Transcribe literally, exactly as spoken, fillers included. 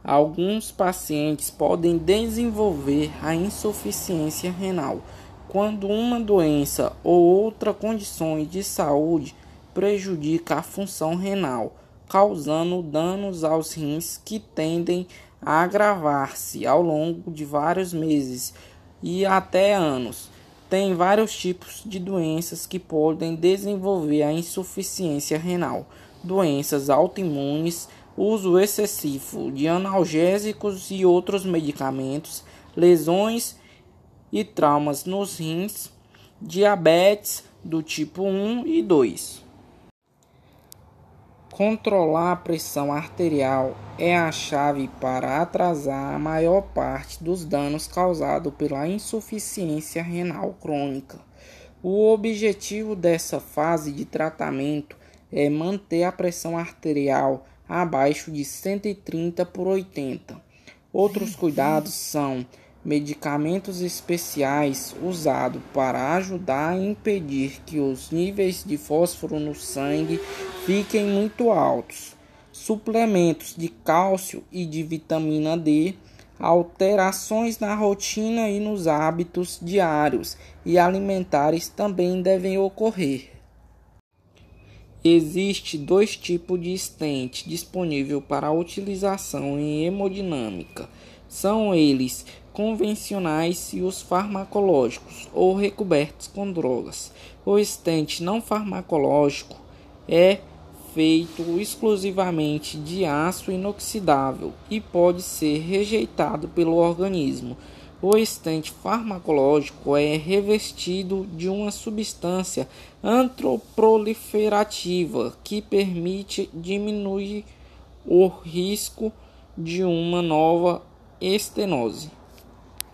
Alguns pacientes podem desenvolver a insuficiência renal quando uma doença ou outra condição de saúde prejudica a função renal, causando danos aos rins que tendem a agravar-se ao longo de vários meses e até anos. Tem vários tipos de doenças que podem desenvolver a insuficiência renal: doenças autoimunes, uso excessivo de analgésicos e outros medicamentos, lesões e traumas nos rins, diabetes do tipo um e dois. Controlar a pressão arterial é a chave para atrasar a maior parte dos danos causados pela insuficiência renal crônica. O objetivo dessa fase de tratamento é manter a pressão arterial abaixo de cento e trinta por oitenta. Outros cuidados são medicamentos especiais usados para ajudar a impedir que os níveis de fósforo no sangue fiquem muito altos, suplementos de cálcio e de vitamina D, alterações na rotina e nos hábitos diários e alimentares também devem ocorrer. Existem dois tipos de stent disponível para utilização em hemodinâmica. São eles convencionais e os farmacológicos ou recobertos com drogas. O stent não farmacológico é feito exclusivamente de aço inoxidável e pode ser rejeitado pelo organismo. O stent farmacológico é revestido de uma substância antiproliferativa que permite diminuir o risco de uma nova estenose.